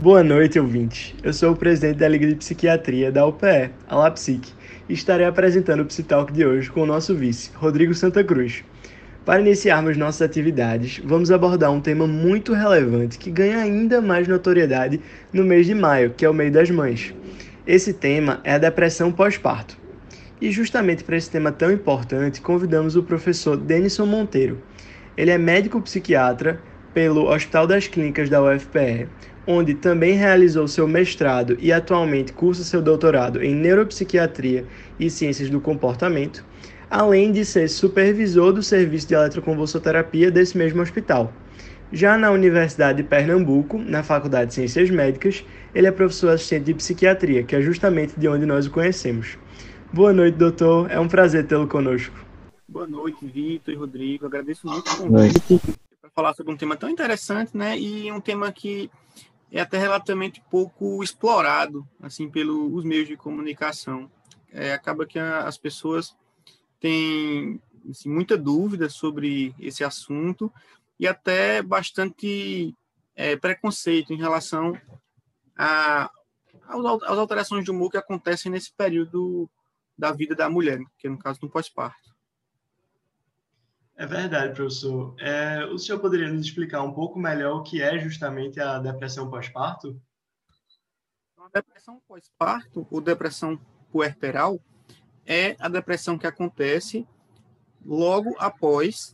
Boa noite, ouvintes. Eu sou o presidente da Liga de Psiquiatria da UPE, a LAPSIC, e estarei apresentando o Psitalk de hoje com o nosso vice, Rodrigo Santa Cruz. Para iniciarmos nossas atividades, vamos abordar um tema muito relevante que ganha ainda mais notoriedade no mês de maio, que é o mês das mães. Esse tema é a depressão pós-parto. E justamente para esse tema tão importante, convidamos o professor Denison Monteiro. Ele é médico psiquiatra pelo Hospital das Clínicas da UFPE, onde também realizou seu mestrado e atualmente cursa seu doutorado em neuropsiquiatria e ciências do comportamento, além de ser supervisor do serviço de eletroconvulsoterapia desse mesmo hospital. Já na Universidade de Pernambuco, na Faculdade de Ciências Médicas, ele é professor assistente de psiquiatria, que é justamente de onde nós o conhecemos. Boa noite, doutor. É um prazer tê-lo conosco. Boa noite, Vitor e Rodrigo. Agradeço muito o Noite. convite para falar sobre um tema tão interessante, né? E um tema que é até relativamente pouco explorado, assim, pelos meios de comunicação. Acaba que as pessoas têm assim, muita dúvida sobre esse assunto e até bastante preconceito em relação às alterações de humor que acontecem nesse período da vida da mulher, que é no caso do pós-parto. É verdade, professor. O senhor poderia nos explicar um pouco melhor o que é justamente a depressão pós-parto? A depressão pós-parto ou depressão puerperal é a depressão que acontece logo após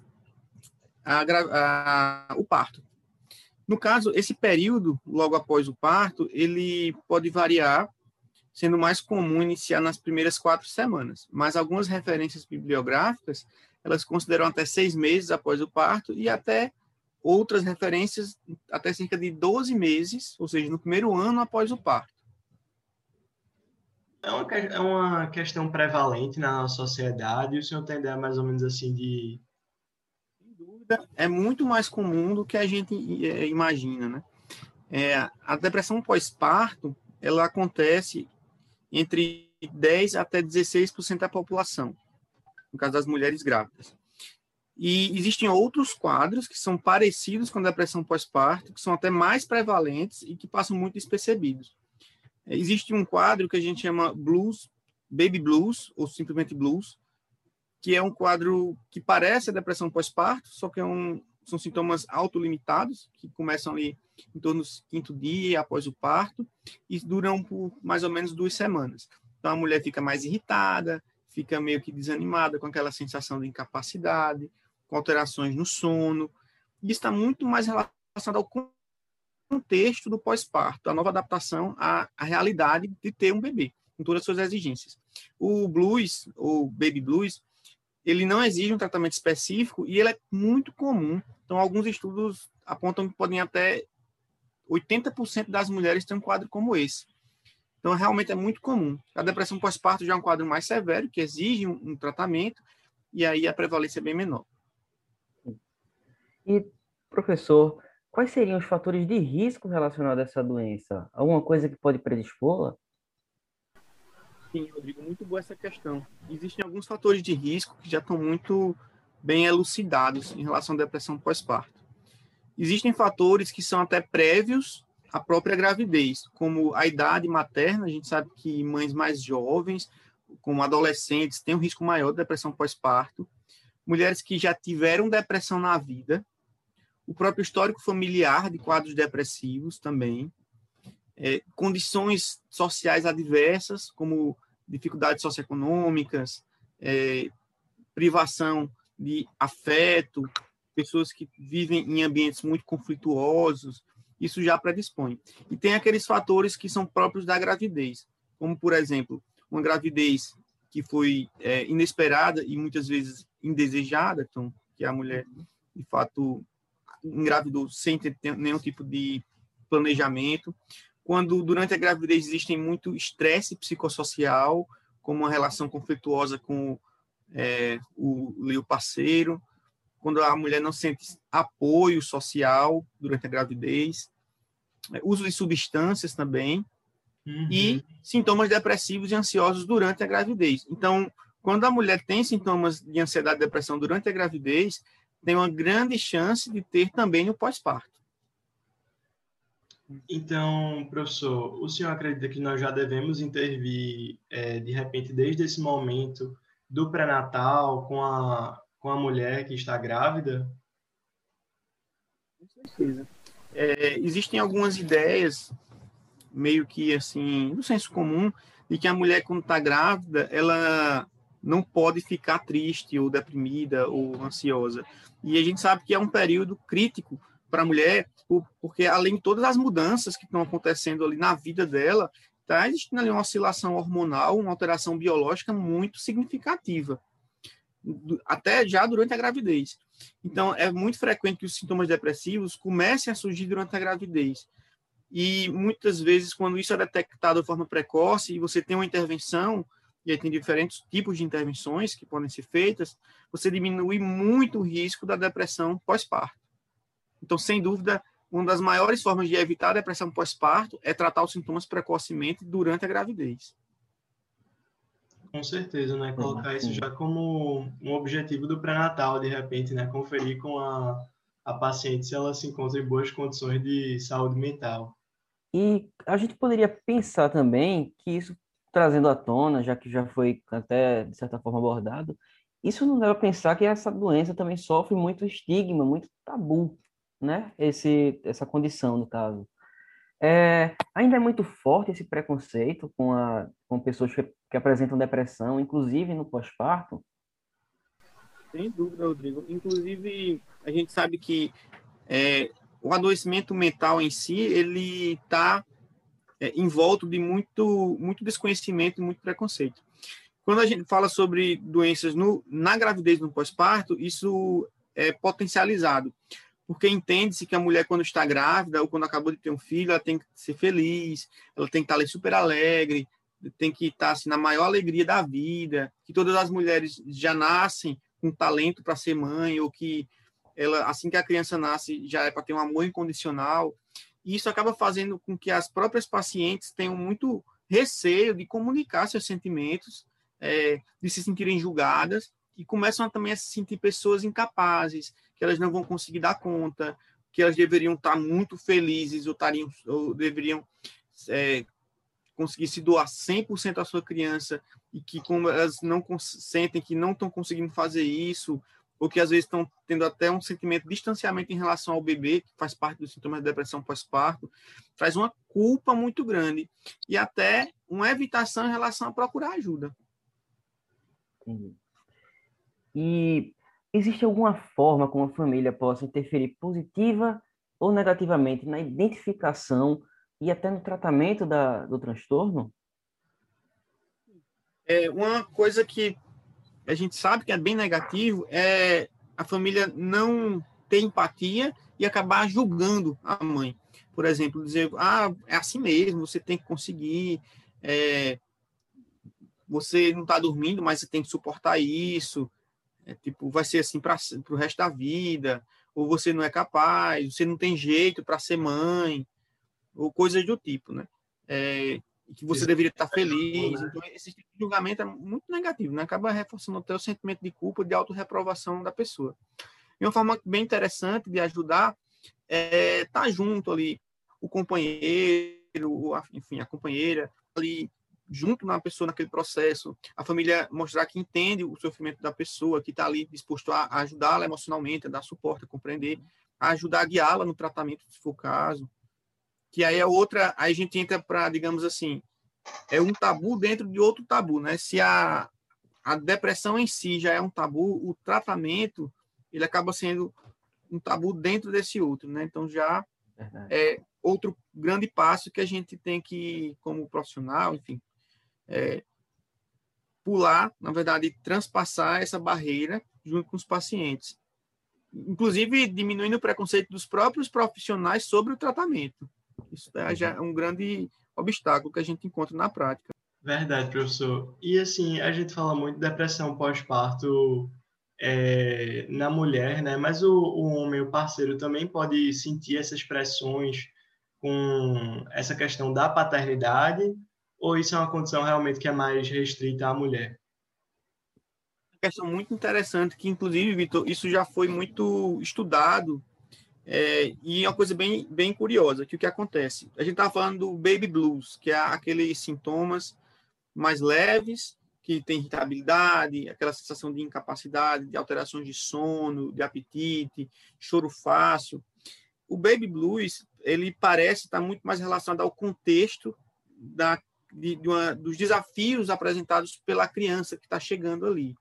o parto. No caso, esse período, logo após o parto, ele pode variar, sendo mais comum iniciar nas primeiras 4 semanas. Mas algumas referências bibliográficas, elas consideram até 6 meses após o parto e até outras referências até cerca de 12 meses, ou seja, no primeiro ano após o parto. É uma questão prevalente na nossa sociedade, e o senhor tem ideia mais ou menos assim de... Sem dúvida, é muito mais comum do que a gente imagina, né? A depressão pós-parto, ela acontece entre 10 até 16% da população, no caso das mulheres grávidas. E existem outros quadros que são parecidos com a depressão pós-parto, que são até mais prevalentes e que passam muito despercebidos. Existe um quadro que a gente chama blues, baby blues, ou simplesmente blues, que é um quadro que parece a depressão pós-parto, só que são sintomas autolimitados, que começam ali em torno do 5º dia após o parto e duram por mais ou menos 2 semanas. Então, a mulher fica mais irritada, fica meio que desanimada, com aquela sensação de incapacidade, com alterações no sono. E está muito mais relacionado ao contexto do pós-parto, a nova adaptação à realidade de ter um bebê, com todas as suas exigências. O blues, ou baby blues, ele não exige um tratamento específico e ele é muito comum. Então, alguns estudos apontam que podem até 80% das mulheres ter um quadro como esse. Então, realmente é muito comum. A depressão pós-parto já é um quadro mais severo, que exige um tratamento, e aí a prevalência é bem menor. E, professor, quais seriam os fatores de risco relacionados a essa doença? Alguma coisa que pode predispô-la? Sim, Rodrigo, muito boa essa questão. Existem alguns fatores de risco que já estão muito bem elucidados em relação à depressão pós-parto. Existem fatores que são até prévios à própria gravidez, como a idade materna. A gente sabe que mães mais jovens, como adolescentes, têm um risco maior de depressão pós-parto. Mulheres que já tiveram depressão na vida, o próprio histórico familiar de quadros depressivos também, condições sociais adversas, como dificuldades socioeconômicas, privação de afeto, pessoas que vivem em ambientes muito conflituosos, isso já predispõe. E tem aqueles fatores que são próprios da gravidez, como, por exemplo, uma gravidez que foi inesperada e muitas vezes indesejada, então, que a mulher, de fato, engravidou sem ter nenhum tipo de planejamento. Quando, durante a gravidez, existem muito estresse psicossocial, como uma relação conflituosa com o parceiro, quando a mulher não sente apoio social durante a gravidez, uso de substâncias também, e sintomas depressivos e ansiosos durante a gravidez. Então, quando a mulher tem sintomas de ansiedade e depressão durante a gravidez, tem uma grande chance de ter também no pós-parto. Então, professor, o senhor acredita que nós já devemos intervir, de repente, desde esse momento do pré-natal com a mulher que está grávida? Com certeza. Existem algumas ideias, meio que assim, no senso comum, de que a mulher, quando está grávida, ela não pode ficar triste, ou deprimida, ou ansiosa. E a gente sabe que é um período crítico para a mulher, porque além de todas as mudanças que estão acontecendo ali na vida dela, está existindo ali uma oscilação hormonal, uma alteração biológica muito significativa, até já durante a gravidez. Então, é muito frequente que os sintomas depressivos comecem a surgir durante a gravidez. E muitas vezes, quando isso é detectado de forma precoce e você tem uma intervenção, e aí tem diferentes tipos de intervenções que podem ser feitas, você diminui muito o risco da depressão pós-parto. Então, sem dúvida, uma das maiores formas de evitar a depressão pós-parto é tratar os sintomas precocemente durante a gravidez. Com certeza, né? Colocar isso já como um objetivo do pré-natal, de repente, né? Conferir com a paciente se ela se encontra em boas condições de saúde mental. E a gente poderia pensar também que isso, trazendo à tona, já que já foi até, de certa forma, abordado, isso nos leva a pensar que essa doença também sofre muito estigma, muito tabu, né? Essa condição, no caso. Ainda é muito forte esse preconceito com pessoas que apresentam depressão, inclusive no pós-parto. Sem dúvida, Rodrigo. Inclusive, a gente sabe que o adoecimento mental em si, ele está envolto de muito desconhecimento e muito preconceito. Quando a gente fala sobre doenças na gravidez, no pós-parto, isso é potencializado, porque entende-se que a mulher, quando está grávida ou quando acabou de ter um filho, ela tem que ser feliz, ela tem que estar ali super alegre, tem que estar assim, na maior alegria da vida, que todas as mulheres já nascem com talento para ser mãe, ou que ela, assim que a criança nasce, já é para ter um amor incondicional. E isso acaba fazendo com que as próprias pacientes tenham muito receio de comunicar seus sentimentos, de se sentirem julgadas, e começam também a se sentir pessoas incapazes, que elas não vão conseguir dar conta, que elas deveriam estar muito felizes, ou deveriam conseguir se doar 100% à sua criança, e que como elas não sentem que não estão conseguindo fazer isso, ou que às vezes estão tendo até um sentimento de distanciamento em relação ao bebê, que faz parte dos sintomas de depressão pós-parto, traz uma culpa muito grande e até uma evitação em relação a procurar ajuda. Entendi. E existe alguma forma como a família possa interferir positiva ou negativamente na identificação e até no tratamento do transtorno? Uma coisa que a gente sabe que é bem negativo é a família não ter empatia e acabar julgando a mãe. Por exemplo, dizer, é assim mesmo, você tem que conseguir, você não está dormindo, mas você tem que suportar isso, tipo, vai ser assim para o resto da vida, ou você não é capaz, você não tem jeito para ser mãe, ou coisas do tipo, né? Que você deveria estar feliz. Então, esse tipo de julgamento é muito negativo, né? Acaba reforçando até o sentimento de culpa, de autorreprovação da pessoa. E uma forma bem interessante de ajudar é estar junto ali, o companheiro, enfim, a companheira, ali junto na pessoa naquele processo, a família mostrar que entende o sofrimento da pessoa, que está ali disposto a ajudá-la emocionalmente, a dar suporte, a compreender, a ajudar a guiá-la no tratamento, se for o caso. Que aí aí a gente entra para, digamos assim, é um tabu dentro de outro tabu, né? Se a depressão em si já é um tabu, o tratamento, ele acaba sendo um tabu dentro desse outro, né? Então já é outro grande passo que a gente tem que, como profissional, enfim, pular, na verdade, transpassar essa barreira junto com os pacientes. Inclusive, diminuindo o preconceito dos próprios profissionais sobre o tratamento. Isso já é um grande obstáculo que a gente encontra na prática. Verdade, professor. E assim, a gente fala muito de depressão pós-parto na mulher, né? Mas o homem, o parceiro, também pode sentir essas pressões com essa questão da paternidade, ou isso é uma condição realmente que é mais restrita à mulher? Uma questão muito interessante, que inclusive, Vitor, isso já foi muito estudado E uma coisa bem curiosa, que o que acontece? A gente está falando do baby blues, que é aqueles sintomas mais leves, que tem irritabilidade, aquela sensação de incapacidade, de alterações de sono, de apetite, choro fácil. O baby blues, ele parece estar muito mais relacionado ao contexto dos desafios apresentados pela criança que está chegando ali.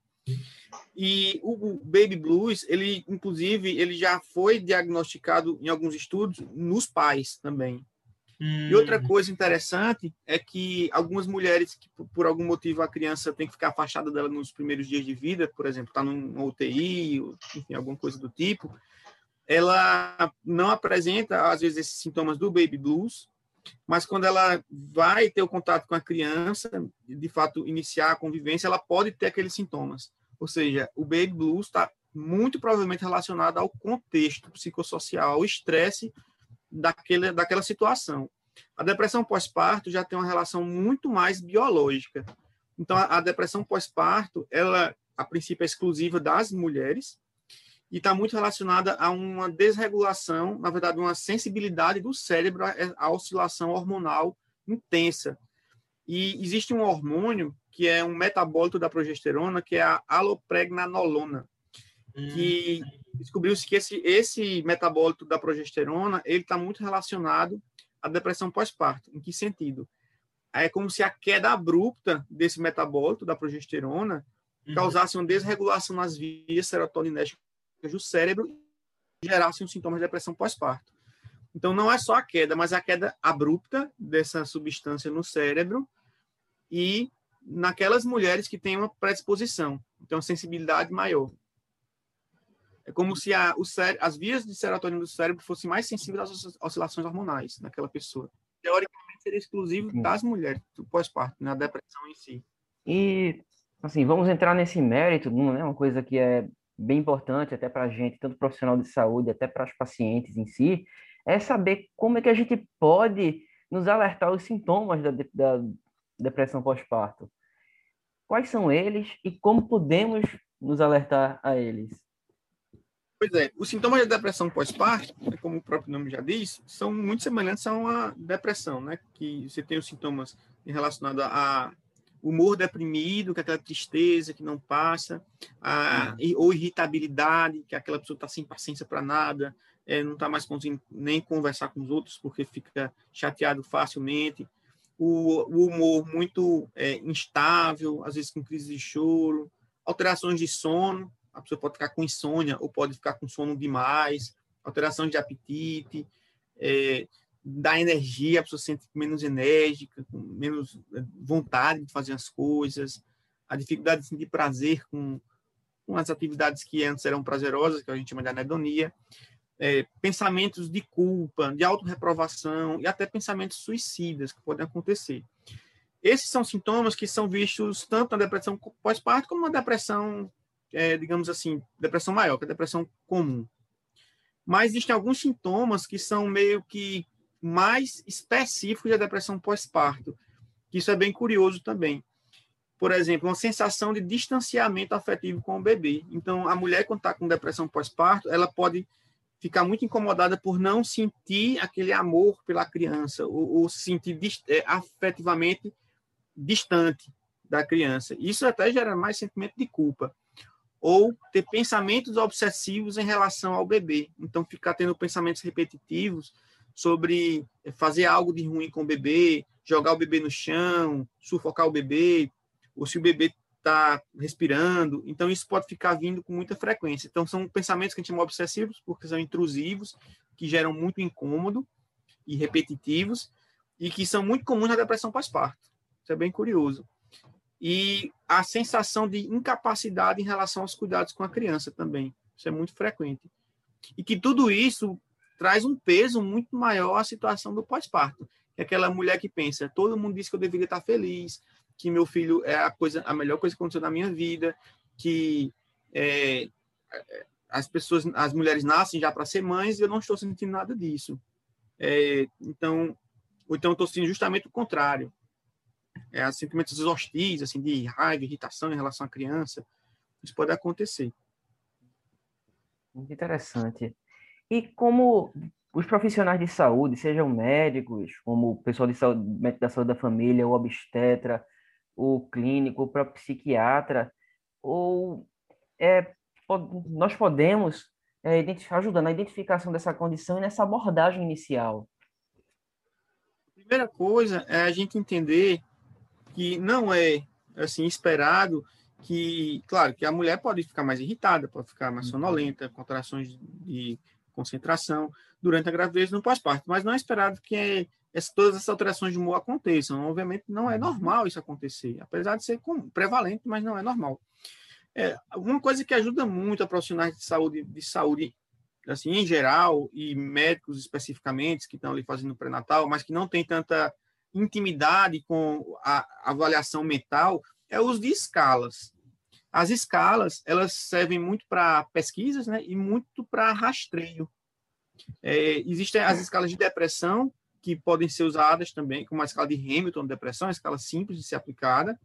E o baby blues, inclusive, ele já foi diagnosticado em alguns estudos nos pais também. E outra coisa interessante é que algumas mulheres que, por algum motivo, a criança tem que ficar afastada dela nos primeiros dias de vida, por exemplo, está numa UTI, enfim, alguma coisa do tipo, ela não apresenta, às vezes, esses sintomas do baby blues, mas quando ela vai ter o contato com a criança, de fato, iniciar a convivência, ela pode ter aqueles sintomas. Ou seja, o baby blues está muito provavelmente relacionado ao contexto psicossocial, ao estresse daquela situação. A depressão pós-parto já tem uma relação muito mais biológica. Então, a depressão pós-parto, ela, a princípio, é exclusiva das mulheres e está muito relacionada a uma desregulação, na verdade, uma sensibilidade do cérebro à oscilação hormonal intensa. E existe um hormônio que é um metabólito da progesterona, que é a alopregnanolona, que descobriu-se que esse metabólito da progesterona ele está muito relacionado à depressão pós-parto. Em que sentido? É como se a queda abrupta desse metabólito da progesterona causasse uma desregulação nas vias serotoninérgicas do cérebro e gerasse um sintoma de depressão pós-parto. Então, não é só a queda, mas a queda abrupta dessa substância no cérebro e naquelas mulheres que têm uma predisposição, então sensibilidade maior. É como se as vias de serotonina do cérebro fossem mais sensíveis às oscilações hormonais naquela pessoa. Teoricamente, seria exclusivo das mulheres, do pós-parto, na depressão em si. E, assim, vamos entrar nesse mérito, né? Uma coisa que é bem importante até para a gente, tanto profissional de saúde, até para os pacientes em si, é saber como é que a gente pode nos alertar os sintomas da depressão pós-parto. Quais são eles e como podemos nos alertar a eles? Pois é, os sintomas da depressão pós-parto, como o próprio nome já diz, são muito semelhantes a uma depressão, né? Que você tem os sintomas relacionados a humor deprimido, que é aquela tristeza que não passa, ou irritabilidade, que aquela pessoa está sem paciência para nada, não está mais conseguindo nem conversar com os outros porque fica chateado facilmente, o humor muito instável, às vezes com crise de choro, alterações de sono, a pessoa pode ficar com insônia ou pode ficar com sono demais, alterações de apetite, da energia, a pessoa se sente menos enérgica, com menos vontade de fazer as coisas, a dificuldade de sentir prazer com as atividades que antes eram prazerosas, que a gente chama de anedonia, pensamentos de culpa, de autorreprovação e até pensamentos suicidas que podem acontecer. Esses são sintomas que são vistos tanto na depressão pós-parto como na depressão, digamos assim, depressão maior, que é a depressão comum. Mas existem alguns sintomas que são meio que mais específicos da depressão pós-parto, que isso é bem curioso também. Por exemplo, uma sensação de distanciamento afetivo com o bebê. Então, a mulher, quando está com depressão pós-parto, ela pode ficar muito incomodada por não sentir aquele amor pela criança, ou se sentir afetivamente distante da criança. Isso até gera mais sentimento de culpa. Ou ter pensamentos obsessivos em relação ao bebê. Então, ficar tendo pensamentos repetitivos sobre fazer algo de ruim com o bebê, jogar o bebê no chão, sufocar o bebê, ou se o bebê está respirando. Então, isso pode ficar vindo com muita frequência. Então, são pensamentos que a gente chama obsessivos, porque são intrusivos, que geram muito incômodo e repetitivos, e que são muito comuns na depressão pós-parto. Isso é bem curioso. E a sensação de incapacidade em relação aos cuidados com a criança também. Isso é muito frequente. E que tudo isso traz um peso muito maior à situação do pós-parto. É aquela mulher que pensa, todo mundo disse que eu deveria estar feliz, que meu filho é a melhor coisa que aconteceu na minha vida, que as mulheres nascem já para ser mães e eu não estou sentindo nada disso. Então eu estou sentindo justamente o contrário. Sentimentos hostis, assim, de raiva, irritação em relação à criança. Isso pode acontecer. Muito interessante. E como os profissionais de saúde, sejam médicos, como o pessoal de saúde, médico da saúde da família, o obstetra, o clínico, o próprio psiquiatra, ou nós podemos ajudar na identificação dessa condição e nessa abordagem inicial. A primeira coisa é a gente entender que não é assim esperado que, claro, que a mulher pode ficar mais irritada, pode ficar mais sonolenta, contrações de concentração durante a gravidez no pós-parto, mas não é esperado que todas essas alterações de humor aconteçam. Obviamente não é normal isso acontecer, apesar de ser prevalente, mas não é normal. Uma coisa que ajuda muito a profissionais de saúde assim, em geral, e médicos especificamente, que estão ali fazendo pré-natal, mas que não tem tanta intimidade com a avaliação mental, é o uso de escalas. As escalas, elas servem muito para pesquisas, né, e muito para rastreio. Existem as escalas de depressão, que podem ser usadas também, como a escala de Hamilton de depressão, a escala simples de ser aplicada,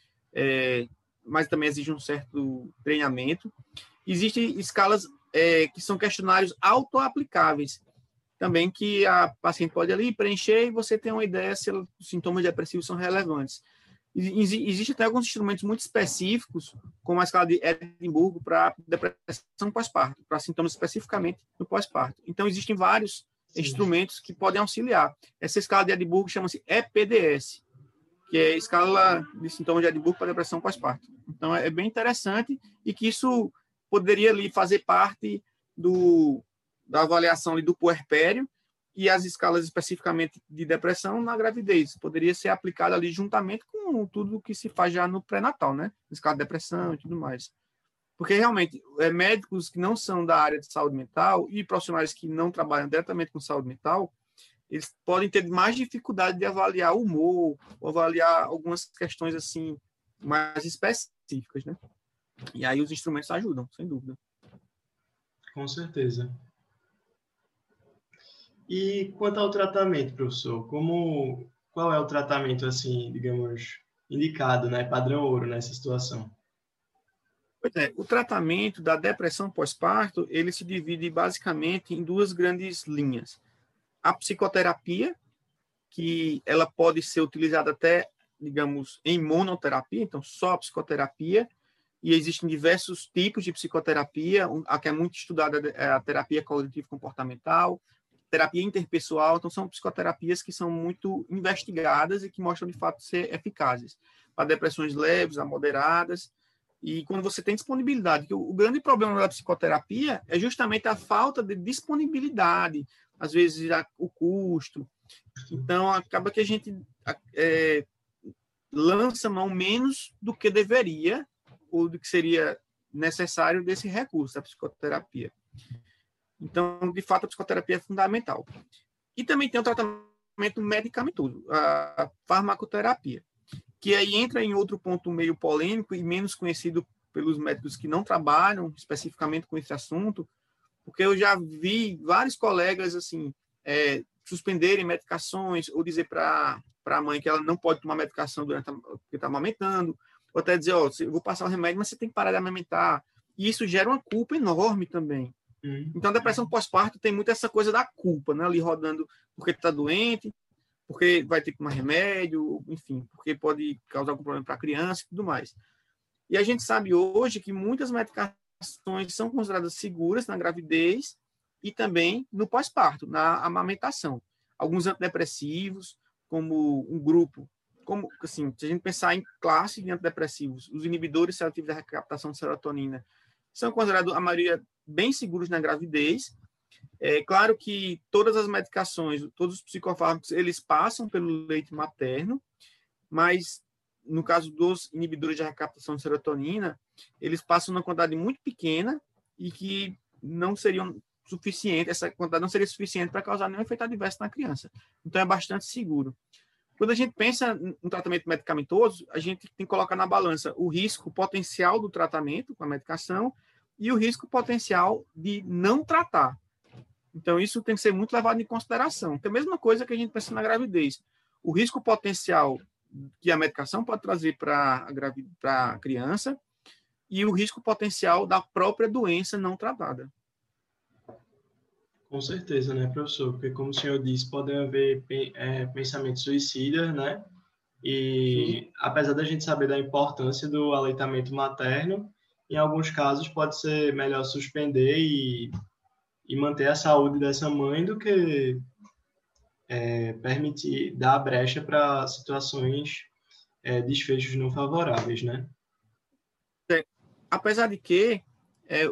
mas também exige um certo treinamento. Existem escalas que são questionários autoaplicáveis, também que a paciente pode ali preencher e você tem uma ideia se os sintomas depressivos são relevantes. Existem até alguns instrumentos muito específicos, como a escala de Edimburgo para depressão pós-parto, para sintomas especificamente no pós-parto. Então, existem vários instrumentos que podem auxiliar. Essa escala de Edimburgo chama-se EPDS, que é a escala de sintomas de Edimburgo para depressão pós-parto. Então, é bem interessante e que isso poderia ali fazer parte da avaliação ali do puerpério e as escalas especificamente de depressão na gravidez. Poderia ser aplicada ali juntamente com tudo que se faz já no pré-natal, né? Escala de depressão e tudo mais. Porque, realmente, médicos que não são da área de saúde mental e profissionais que não trabalham diretamente com saúde mental, eles podem ter mais dificuldade de avaliar o humor, ou avaliar algumas questões, assim, mais específicas, né? E aí os instrumentos ajudam, sem dúvida. Com certeza. E quanto ao tratamento, professor, qual é o tratamento, assim, digamos, indicado, né, padrão ouro nessa situação? Pois é, o tratamento da depressão pós-parto, ele se divide basicamente em duas grandes linhas. A psicoterapia, que ela pode ser utilizada até, digamos, em monoterapia, então só a psicoterapia, e existem diversos tipos de psicoterapia. A que é muito estudada é a terapia cognitivo-comportamental, terapia interpessoal. Então, são psicoterapias que são muito investigadas e que mostram, de fato, ser eficazes para depressões leves a moderadas. E quando você tem disponibilidade, que o grande problema da psicoterapia é justamente a falta de disponibilidade, às vezes o custo. Então, acaba que a gente lança mão menos do que deveria ou do que seria necessário desse recurso, da psicoterapia. Então, de fato, a psicoterapia é fundamental. E também tem o tratamento medicamentoso, a farmacoterapia, que aí entra em outro ponto meio polêmico e menos conhecido pelos médicos que não trabalham especificamente com esse assunto, porque eu já vi vários colegas, assim, suspenderem medicações ou dizer para a mãe que ela não pode tomar medicação porque está amamentando, ou até dizer, eu vou passar o remédio, mas você tem que parar de amamentar. E isso gera uma culpa enorme também. Então, a depressão pós-parto tem muito essa coisa da culpa, né? Ali rodando porque está doente, porque vai ter que tomar remédio, enfim, porque pode causar algum problema para a criança e tudo mais. E a gente sabe hoje que muitas medicações são consideradas seguras na gravidez e também no pós-parto, na amamentação. Alguns antidepressivos, como um grupo, como assim, se a gente pensar em classe de antidepressivos, os inibidores seletivos da recaptação de serotonina são considerados, a maioria, bem seguros na gravidez. É claro que todas as medicações, todos os psicofármacos, eles passam pelo leite materno, mas no caso dos inibidores de recaptação de serotonina, eles passam numa quantidade muito pequena e que não seriam suficientes, essa quantidade não seria suficiente para causar nenhum efeito adverso na criança. Então, é bastante seguro. Quando a gente pensa em tratamento medicamentoso, a gente tem que colocar na balança o risco potencial do tratamento com a medicação e o risco potencial de não tratar. Então, isso tem que ser muito levado em consideração. Que é a mesma coisa que a gente pensa na gravidez. O risco potencial que a medicação pode trazer para a criança e o risco potencial da própria doença não tratada. Com certeza, né, professor? Porque, como o senhor disse, podem haver pensamentos suicidas, né? Sim. E, apesar da gente saber da importância do aleitamento materno, em alguns casos pode ser melhor suspender e manter a saúde dessa mãe do que permitir dar brecha para situações, desfechos não favoráveis, né? Apesar de que é,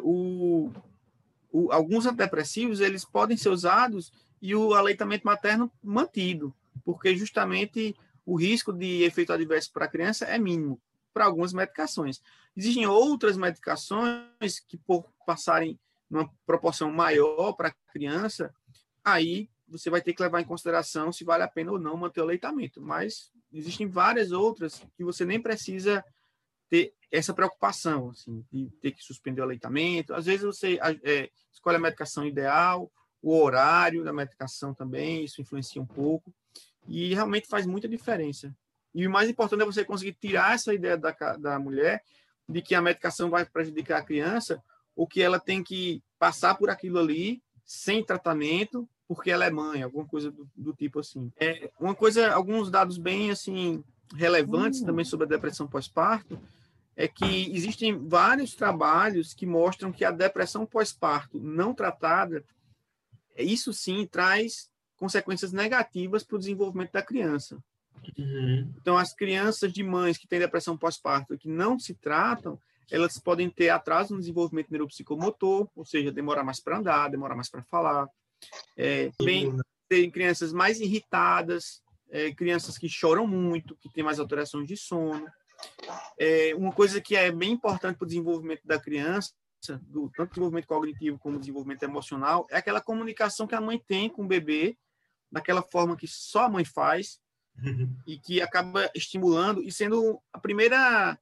alguns antidepressivos eles podem ser usados e o aleitamento materno mantido, porque justamente o risco de efeito adverso para a criança é mínimo para algumas medicações. Existem outras medicações que, por passarem numa proporção maior para a criança, aí você vai ter que levar em consideração se vale a pena ou não manter o aleitamento. Mas existem várias outras que você nem precisa ter essa preocupação, assim, de ter que suspender o aleitamento. Às vezes você escolhe a medicação ideal, o horário da medicação também, isso influencia um pouco, e realmente faz muita diferença. E o mais importante é você conseguir tirar essa ideia da mulher de que a medicação vai prejudicar a criança, ou que ela tem que passar por aquilo ali sem tratamento, porque ela é mãe, alguma coisa do tipo assim. Uma coisa, alguns dados bem assim relevantes também sobre a depressão pós-parto é que existem vários trabalhos que mostram que a depressão pós-parto não tratada, isso sim traz consequências negativas para o desenvolvimento da criança. Uhum. Então, as crianças de mães que têm depressão pós-parto e que não se tratam, elas podem ter atraso no desenvolvimento neuropsicomotor, ou seja, demorar mais para andar, demorar mais para falar. Também tem crianças mais irritadas, crianças que choram muito, que têm mais alterações de sono. Uma coisa que é bem importante para o desenvolvimento da criança, tanto desenvolvimento cognitivo como desenvolvimento emocional, é aquela comunicação que a mãe tem com o bebê, daquela forma que só a mãe faz, e que acaba estimulando e sendo a primeira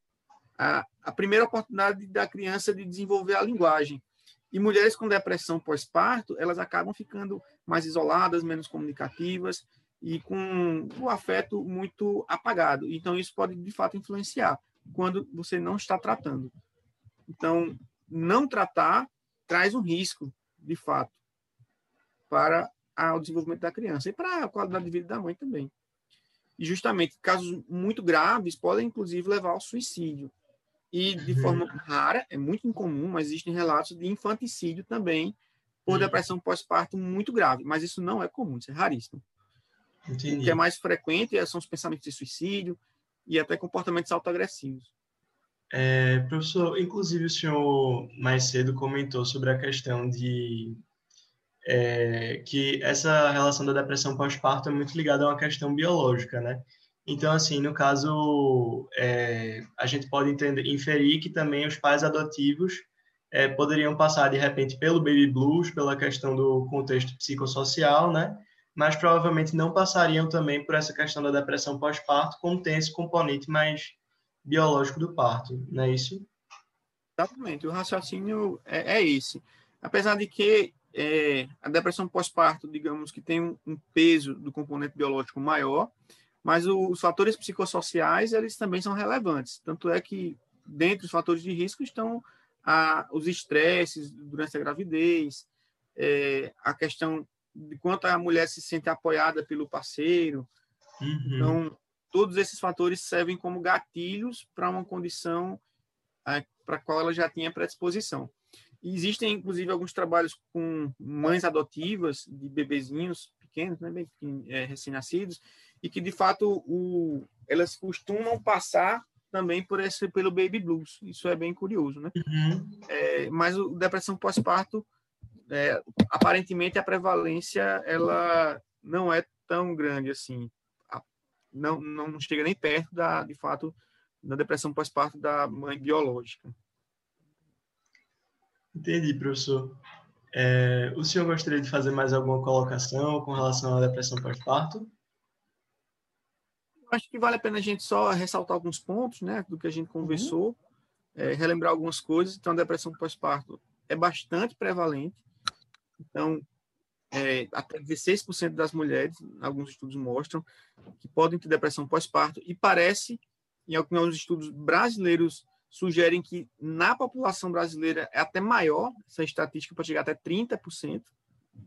oportunidade da criança de desenvolver a linguagem. E mulheres com depressão pós-parto, elas acabam ficando mais isoladas, menos comunicativas e com o afeto muito apagado. Então, isso pode, de fato, influenciar quando você não está tratando. Então, não tratar traz um risco, de fato, para o desenvolvimento da criança e para a qualidade de vida da mãe também. E, justamente, casos muito graves podem, inclusive, levar ao suicídio. E, de forma rara, é muito incomum, mas existem relatos de infanticídio também por depressão pós-parto muito grave. Mas isso não é comum, isso é raríssimo. Entendi. O que é mais frequente são os pensamentos de suicídio e até comportamentos autoagressivos. Professor, inclusive o senhor mais cedo comentou sobre a questão de que essa relação da depressão pós-parto é muito ligada a uma questão biológica, né? Então, assim, no caso, a gente pode inferir que também os pais adotivos poderiam passar, de repente, pelo baby blues, pela questão do contexto psicossocial, né? Mas provavelmente não passariam também por essa questão da depressão pós-parto, como tem esse componente mais biológico do parto, não é isso? Exatamente, o raciocínio é esse. Apesar de que a depressão pós-parto, digamos que tem um peso do componente biológico maior, mas os fatores psicossociais, eles também são relevantes. Tanto é que, dentre os fatores de risco, estão os estresses durante a gravidez, a questão de quanto a mulher se sente apoiada pelo parceiro. Uhum. Então, todos esses fatores servem como gatilhos para uma condição para a qual ela já tinha predisposição. E existem, inclusive, alguns trabalhos com mães adotivas de bebezinhos pequenos, né, bem recém-nascidos, e que, de fato, elas costumam passar também pelo baby blues. Isso é bem curioso, né? Uhum. Mas a depressão pós-parto, aparentemente, a prevalência ela não é tão grande assim. Não chega nem perto, de fato, da depressão pós-parto da mãe biológica. Entendi, professor. O senhor gostaria de fazer mais alguma colocação com relação à depressão pós-parto? Acho que vale a pena a gente só ressaltar alguns pontos, né, do que a gente conversou, relembrar algumas coisas. Então, a depressão pós-parto é bastante prevalente. Então, até 16% das mulheres, alguns estudos mostram, que podem ter depressão pós-parto, e parece, em alguns estudos brasileiros, sugerem que na população brasileira é até maior, essa estatística pode chegar até 30%.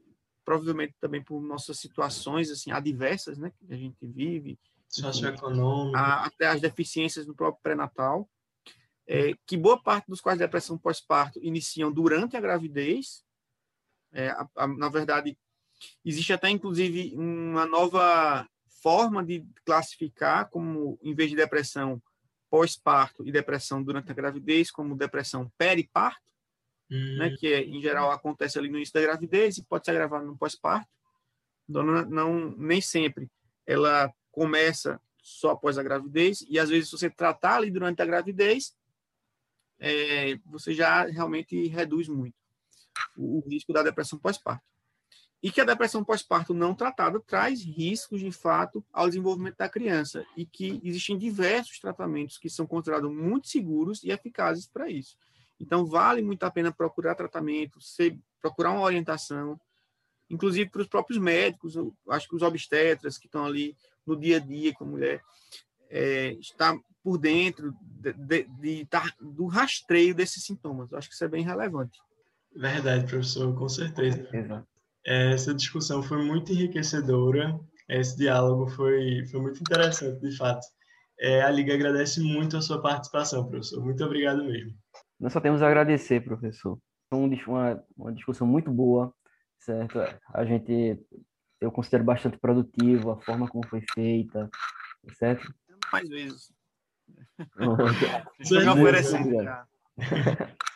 provavelmente também por nossas situações assim adversas, né, que a gente vive, socioeconômico, até as deficiências no próprio pré-natal, que boa parte dos quadros de depressão pós-parto iniciam durante a gravidez. Na verdade, existe até, inclusive, uma nova forma de classificar, como, em vez de depressão pós-parto e depressão durante a gravidez, como depressão periparto, né, que, em geral, acontece ali no início da gravidez e pode se agravar no pós-parto. Então, nem sempre ela começa só após a gravidez, e, às vezes, se você tratar ali durante a gravidez, você já realmente reduz muito o risco da depressão pós-parto. E que a depressão pós-parto não tratada traz riscos, de fato, ao desenvolvimento da criança, e que existem diversos tratamentos que são considerados muito seguros e eficazes para isso. Então, vale muito a pena procurar tratamento, procurar uma orientação, inclusive para os próprios médicos. Eu acho que os obstetras que estão ali no dia a dia com a mulher, está por dentro do rastreio desses sintomas. Eu acho que isso é bem relevante. Verdade, professor, com certeza. Exato. Essa discussão foi muito enriquecedora, esse diálogo foi muito interessante, de fato. A Liga agradece muito a sua participação, professor. Muito obrigado mesmo. Nós só temos a agradecer, professor. Foi uma discussão muito boa, certo? Eu considero bastante produtivo a forma como foi feita, certo? Mais vezes. Estou me oferecendo.